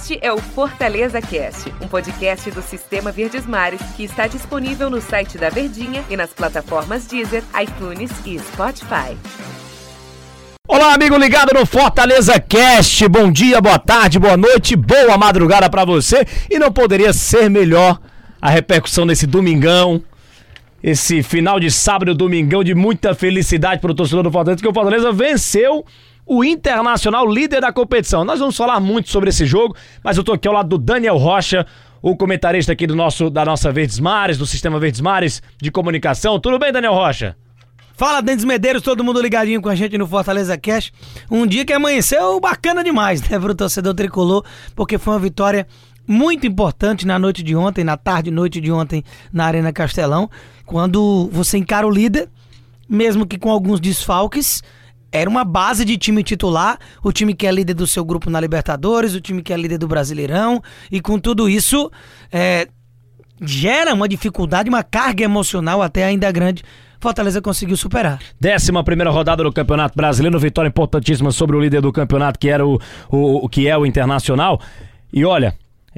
Este é o Fortaleza Cast, um podcast do Sistema Verdes Mares que está disponível no site da Verdinha e nas plataformas Deezer, iTunes e Spotify. Olá, amigo ligado no Fortaleza Cast. Bom dia, boa tarde, boa noite, boa madrugada pra você. E não poderia ser melhor a repercussão desse domingão, esse final de sábado e domingão de muita felicidade pro torcedor do Fortaleza, que o Fortaleza venceu o Internacional, líder da competição. Nós vamos falar muito sobre esse jogo, mas eu tô aqui ao lado do Daniel Rocha, o comentarista aqui da nossa Verdes Mares, do Sistema Verdes Mares de Comunicação. Tudo bem, Daniel Rocha? Fala, Denis Medeiros, todo mundo ligadinho com a gente no Fortaleza Cast. Um dia que amanheceu bacana demais, né, pro torcedor tricolor, porque foi uma vitória muito importante na noite de ontem, na tarde e noite de ontem, na Arena Castelão, quando você encara o líder, mesmo que com alguns desfalques. Era uma base de time titular, o time que é líder do seu grupo na Libertadores, o time que é líder do Brasileirão, e com tudo isso gera uma dificuldade, uma carga emocional até ainda grande. Fortaleza conseguiu superar. 11ª rodada do Campeonato Brasileiro, vitória importantíssima sobre o líder do campeonato, que era o Internacional. E olha,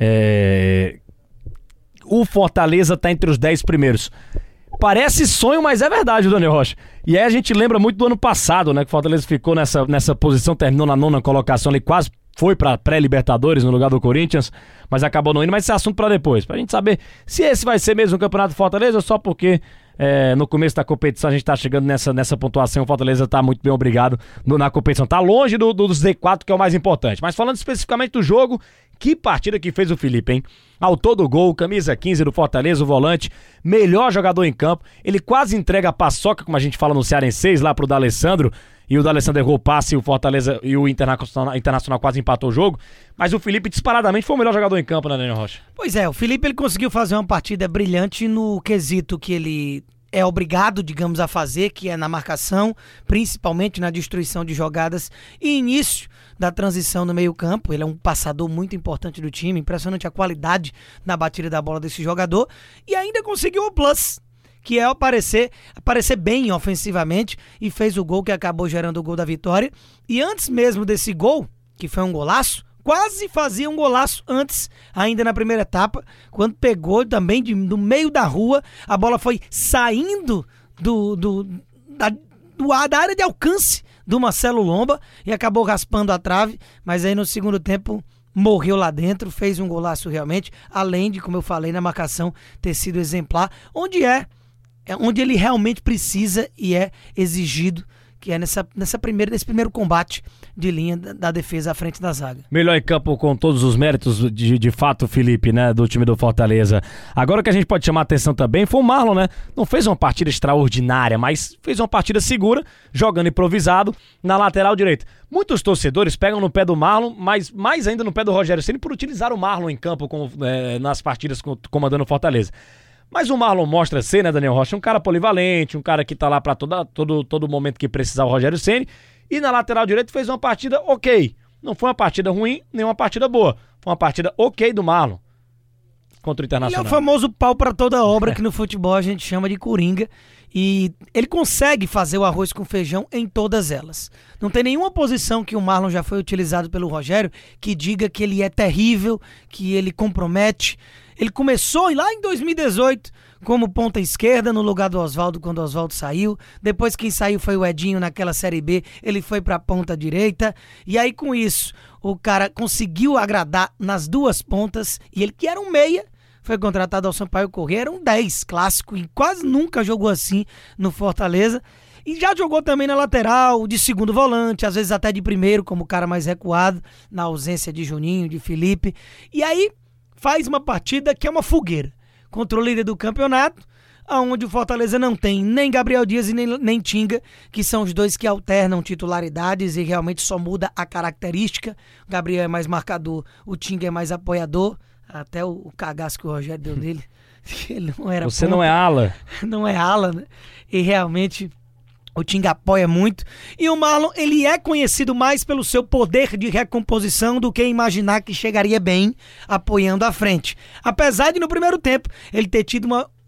o Fortaleza está entre os 10 primeiros. Parece sonho, mas é verdade, Daniel Rocha. E aí a gente lembra muito do ano passado, né? Que o Fortaleza ficou nessa posição, terminou na 9ª colocação ali, quase foi pra pré-Libertadores no lugar do Corinthians, mas acabou não indo. Mas esse é assunto pra depois, pra gente saber se esse vai ser mesmo o Campeonato do Fortaleza ou só porque no começo da competição a gente tá chegando nessa pontuação. O Fortaleza tá muito bem obrigado na competição. Tá longe do Z4, que é o mais importante. Mas falando especificamente do jogo, que partida que fez o Felipe, hein? Autor do gol, camisa 15 do Fortaleza, o volante, melhor jogador em campo. Ele quase entrega a paçoca, como a gente fala no Cearense, lá pro D'Alessandro. E o D'Alessandro errou o passe e o Fortaleza e o Internacional quase empatou o jogo. Mas o Felipe disparadamente foi o melhor jogador em campo, né, Daniel Rocha? Pois é, o Felipe ele conseguiu fazer uma partida brilhante no quesito que ele é obrigado, digamos, a fazer, que é na marcação, principalmente na destruição de jogadas e início da transição no meio-campo. Ele é um passador muito importante do time, impressionante a qualidade na batida da bola desse jogador, e ainda conseguiu o plus, que é aparecer bem ofensivamente, e fez o gol que acabou gerando o gol da vitória. E antes mesmo desse gol, que foi um golaço, quase fazia um golaço antes, ainda na primeira etapa, quando pegou também do meio da rua, a bola foi saindo da área de alcance do Marcelo Lomba e acabou raspando a trave, mas aí no segundo tempo morreu lá dentro, fez um golaço realmente, além de, como eu falei, na marcação ter sido exemplar, onde ele realmente precisa e é exigido, que é nesse primeiro combate de linha da defesa à frente da zaga. Melhor em campo com todos os méritos de fato, Felipe, né, do time do Fortaleza. Agora o que a gente pode chamar a atenção também foi o Marlon, né? Não fez uma partida extraordinária, mas fez uma partida segura, jogando improvisado na lateral direita. Muitos torcedores pegam no pé do Marlon, mas mais ainda no pé do Rogério Ceni por utilizar o Marlon em campo nas partidas comandando o Fortaleza. Mas o Marlon mostra ser, né, Daniel Rocha, um cara polivalente, um cara que tá lá pra todo momento que precisar o Rogério Ceni. E na lateral direita fez uma partida ok. Não foi uma partida ruim, nem uma partida boa. Foi uma partida ok do Marlon contra o Internacional. Ele é o famoso pau pra toda obra que no futebol a gente chama de coringa. E ele consegue fazer o arroz com feijão em todas elas. Não tem nenhuma posição que o Marlon já foi utilizado pelo Rogério que diga que ele é terrível, que ele compromete. Ele começou lá em 2018 como ponta esquerda no lugar do Oswaldo quando o Oswaldo saiu. Depois quem saiu foi o Edinho naquela Série B. Ele foi pra ponta direita. E aí com isso o cara conseguiu agradar nas duas pontas. E ele que era um meia, foi contratado ao Sampaio Corrêa, era um 10 clássico e quase nunca jogou assim no Fortaleza. E já jogou também na lateral, de segundo volante, às vezes até de primeiro, como o cara mais recuado, na ausência de Juninho, de Felipe. E aí faz uma partida que é uma fogueira contra o líder do campeonato, onde o Fortaleza não tem nem Gabriel Dias e nem Tinga, que são os dois que alternam titularidades e realmente só muda a característica. O Gabriel é mais marcador, o Tinga é mais apoiador, até o cagaço que o Rogério deu nele, ele não era Você ponta, não é ala. Não é ala, né? E realmente o Tinga apoia muito. E o Marlon, ele é conhecido mais pelo seu poder de recomposição do que imaginar que chegaria bem apoiando à frente. Apesar de no primeiro tempo ele ter tido uma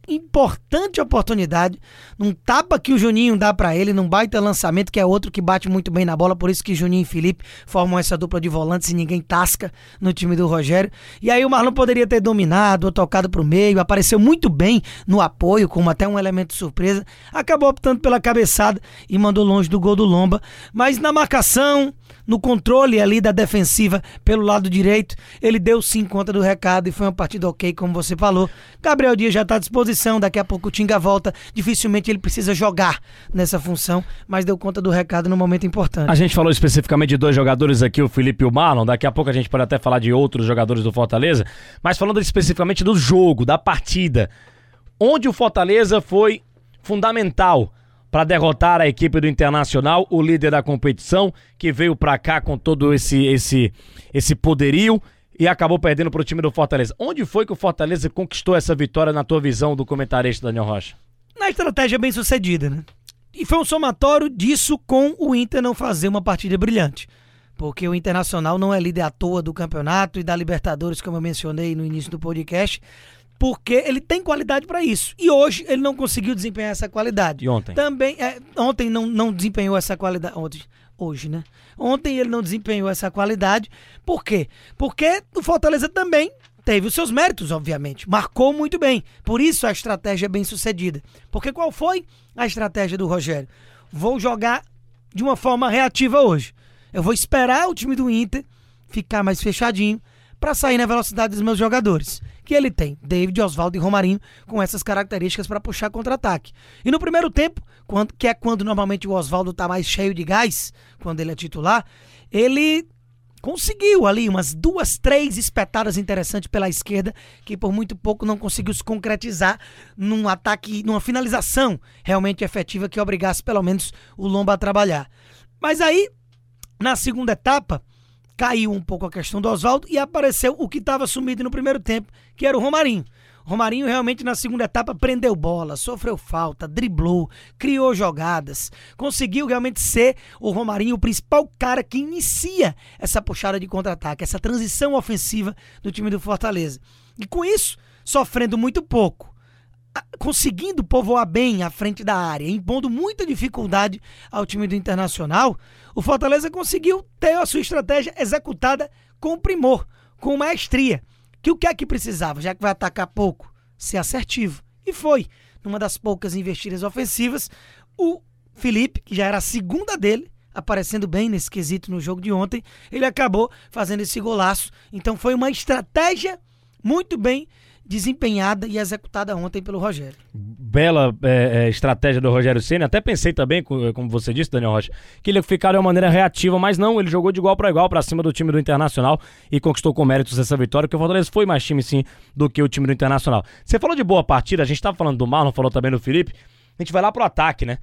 importante oportunidade, num tapa que o Juninho dá pra ele, num baita lançamento, que é outro que bate muito bem na bola, por isso que Juninho e Felipe formam essa dupla de volantes e ninguém tasca no time do Rogério. E aí o Marlon poderia ter dominado ou tocado pro meio, apareceu muito bem no apoio, como até um elemento de surpresa, acabou optando pela cabeçada e mandou longe do gol do Lomba, mas na marcação, no controle ali da defensiva pelo lado direito, ele deu sim conta do recado e foi uma partida ok, como você falou. Gabriel Dias já está à disposição, daqui a pouco o Tinga volta, dificilmente ele precisa jogar nessa função, mas deu conta do recado no momento importante. A gente falou especificamente de 2 jogadores aqui, o Felipe e o Marlon, daqui a pouco a gente pode até falar de outros jogadores do Fortaleza, mas falando especificamente do jogo, da partida, onde o Fortaleza foi fundamental para derrotar a equipe do Internacional, o líder da competição, que veio para cá com todo esse poderio e acabou perdendo para o time do Fortaleza. Onde foi que o Fortaleza conquistou essa vitória na tua visão do comentarista Daniel Rocha? Na estratégia bem sucedida, né? E foi um somatório disso com o Inter não fazer uma partida brilhante. Porque o Internacional não é líder à toa do campeonato e da Libertadores, como eu mencionei no início do podcast, porque ele tem qualidade para isso. E hoje ele não conseguiu desempenhar essa qualidade. E ontem? Também, ontem não desempenhou essa qualidade. Hoje, né? Ontem ele não desempenhou essa qualidade. Por quê? Porque o Fortaleza também teve os seus méritos, obviamente. Marcou muito bem. Por isso a estratégia é bem sucedida. Porque qual foi a estratégia do Rogério? Vou jogar de uma forma reativa hoje. Eu vou esperar o time do Inter ficar mais fechadinho para sair na velocidade dos meus jogadores, que ele tem, David, Osvaldo e Romarinho, com essas características para puxar contra-ataque. E no primeiro tempo, que é quando normalmente o Osvaldo tá mais cheio de gás, quando ele é titular, ele conseguiu ali umas 2, 3 espetadas interessantes pela esquerda, que por muito pouco não conseguiu se concretizar num ataque, numa finalização realmente efetiva que obrigasse pelo menos o Lomba a trabalhar. Mas aí, na segunda etapa, caiu um pouco a questão do Osvaldo e apareceu o que estava sumido no primeiro tempo, que era o Romarinho. Romarinho realmente na segunda etapa prendeu bola, sofreu falta, driblou, criou jogadas, conseguiu realmente ser o Romarinho o principal cara que inicia essa puxada de contra-ataque, essa transição ofensiva do time do Fortaleza. E com isso, sofrendo muito pouco, conseguindo povoar bem a frente da área, impondo muita dificuldade ao time do Internacional, o Fortaleza conseguiu ter a sua estratégia executada com primor, com maestria. Que o que é que precisava, já que vai atacar pouco? Ser assertivo. E foi. Numa das poucas investidas ofensivas, o Felipe, que já era a segunda dele, aparecendo bem nesse quesito no jogo de ontem, ele acabou fazendo esse golaço. Então foi uma estratégia muito bem desempenhada e executada ontem pelo Rogério. Bela estratégia do Rogério Ceni. Até pensei também, como você disse, Daniel Rocha, que ele ia ficar de uma maneira reativa, mas não, ele jogou de igual para igual para cima do time do Internacional e conquistou com méritos essa vitória, porque o Fortaleza foi mais time sim do que o time do Internacional. Você falou de boa partida, a gente estava falando do Marlon, falou também do Felipe, a gente vai lá pro ataque, né?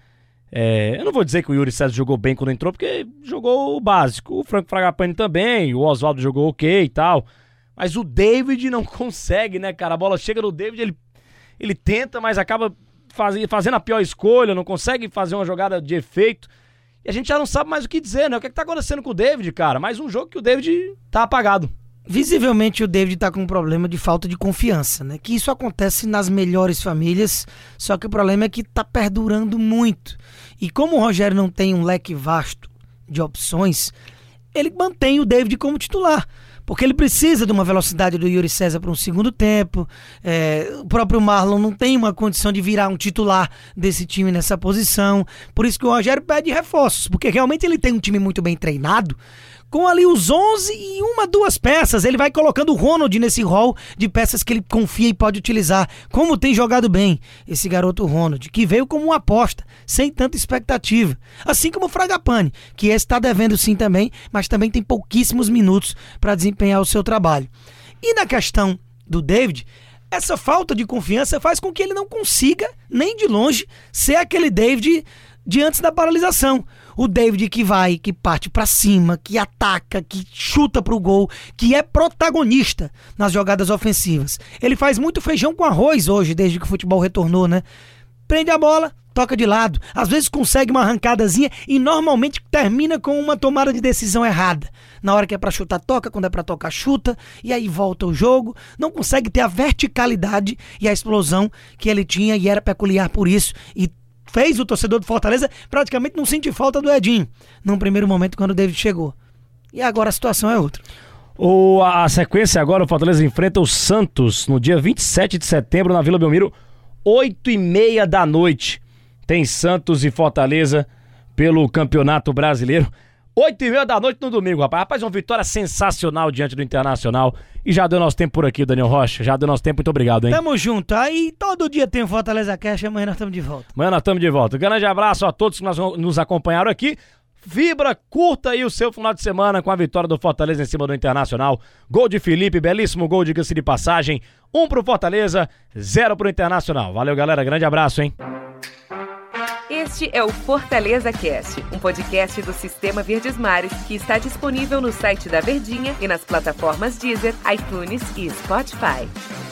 Eu não vou dizer que o Yuri César jogou bem quando entrou, porque jogou o básico, o Franco Fragapane também, o Osvaldo jogou ok e tal. Mas o David não consegue, né, cara? A bola chega no David, ele tenta, mas acaba fazendo a pior escolha, não consegue fazer uma jogada de efeito. E a gente já não sabe mais o que dizer, né? O que tá acontecendo com o David, cara? Mais um jogo que o David tá apagado. Visivelmente o David tá com um problema de falta de confiança, né? Que isso acontece nas melhores famílias, só que o problema é que tá perdurando muito. E como o Rogério não tem um leque vasto de opções, ele mantém o David como titular. Porque ele precisa de uma velocidade do Yuri César para um segundo tempo. O próprio Marlon não tem uma condição de virar um titular desse time nessa posição. Por isso que o Rogério pede reforços, porque realmente ele tem um time muito bem treinado, com ali os 11 e 1, 2 peças. Ele vai colocando o Ronald nesse rol de peças que ele confia e pode utilizar. Como tem jogado bem esse garoto Ronald, que veio como uma aposta, sem tanta expectativa. Assim como o Fragapane, que esse está devendo sim também, mas também tem pouquíssimos minutos para desempenhar o seu trabalho. E na questão do David, essa falta de confiança faz com que ele não consiga, nem de longe, ser aquele David de antes da paralisação. O David que vai, que parte pra cima, que ataca, que chuta pro gol, que é protagonista nas jogadas ofensivas. Ele faz muito feijão com arroz hoje, desde que o futebol retornou, né? prende a bola, toca de lado. Às vezes consegue uma arrancadazinha e normalmente termina com uma tomada de decisão errada. Na hora que é pra chutar, toca. Quando é pra tocar, chuta. E aí volta o jogo. Não consegue ter a verticalidade e a explosão que ele tinha e era peculiar por isso. E fez o torcedor do Fortaleza praticamente não sentir falta do Edinho num primeiro momento quando o David chegou. E agora a situação é outra. A sequência agora, o Fortaleza enfrenta o Santos no dia 27 de setembro na Vila Belmiro, 8h30 da noite. Tem Santos e Fortaleza pelo Campeonato Brasileiro. 8h30 da noite no domingo, rapaz. Rapaz, uma vitória sensacional diante do Internacional. E já deu nosso tempo por aqui, Daniel Rocha. Já deu nosso tempo, muito obrigado, hein? Tamo junto. Aí todo dia tem o Fortaleza Cast, amanhã nós estamos de volta. Amanhã nós estamos de volta. Um grande abraço a todos que nos acompanharam aqui. Vibra, curta aí o seu final de semana com a vitória do Fortaleza em cima do Internacional. Gol de Felipe, belíssimo gol, diga-se de passagem. 1 pro Fortaleza, 0 pro Internacional. Valeu, galera. Grande abraço, hein? Este é o Fortaleza Cast, um podcast do Sistema Verdes Mares que está disponível no site da Verdinha e nas plataformas Deezer, iTunes e Spotify.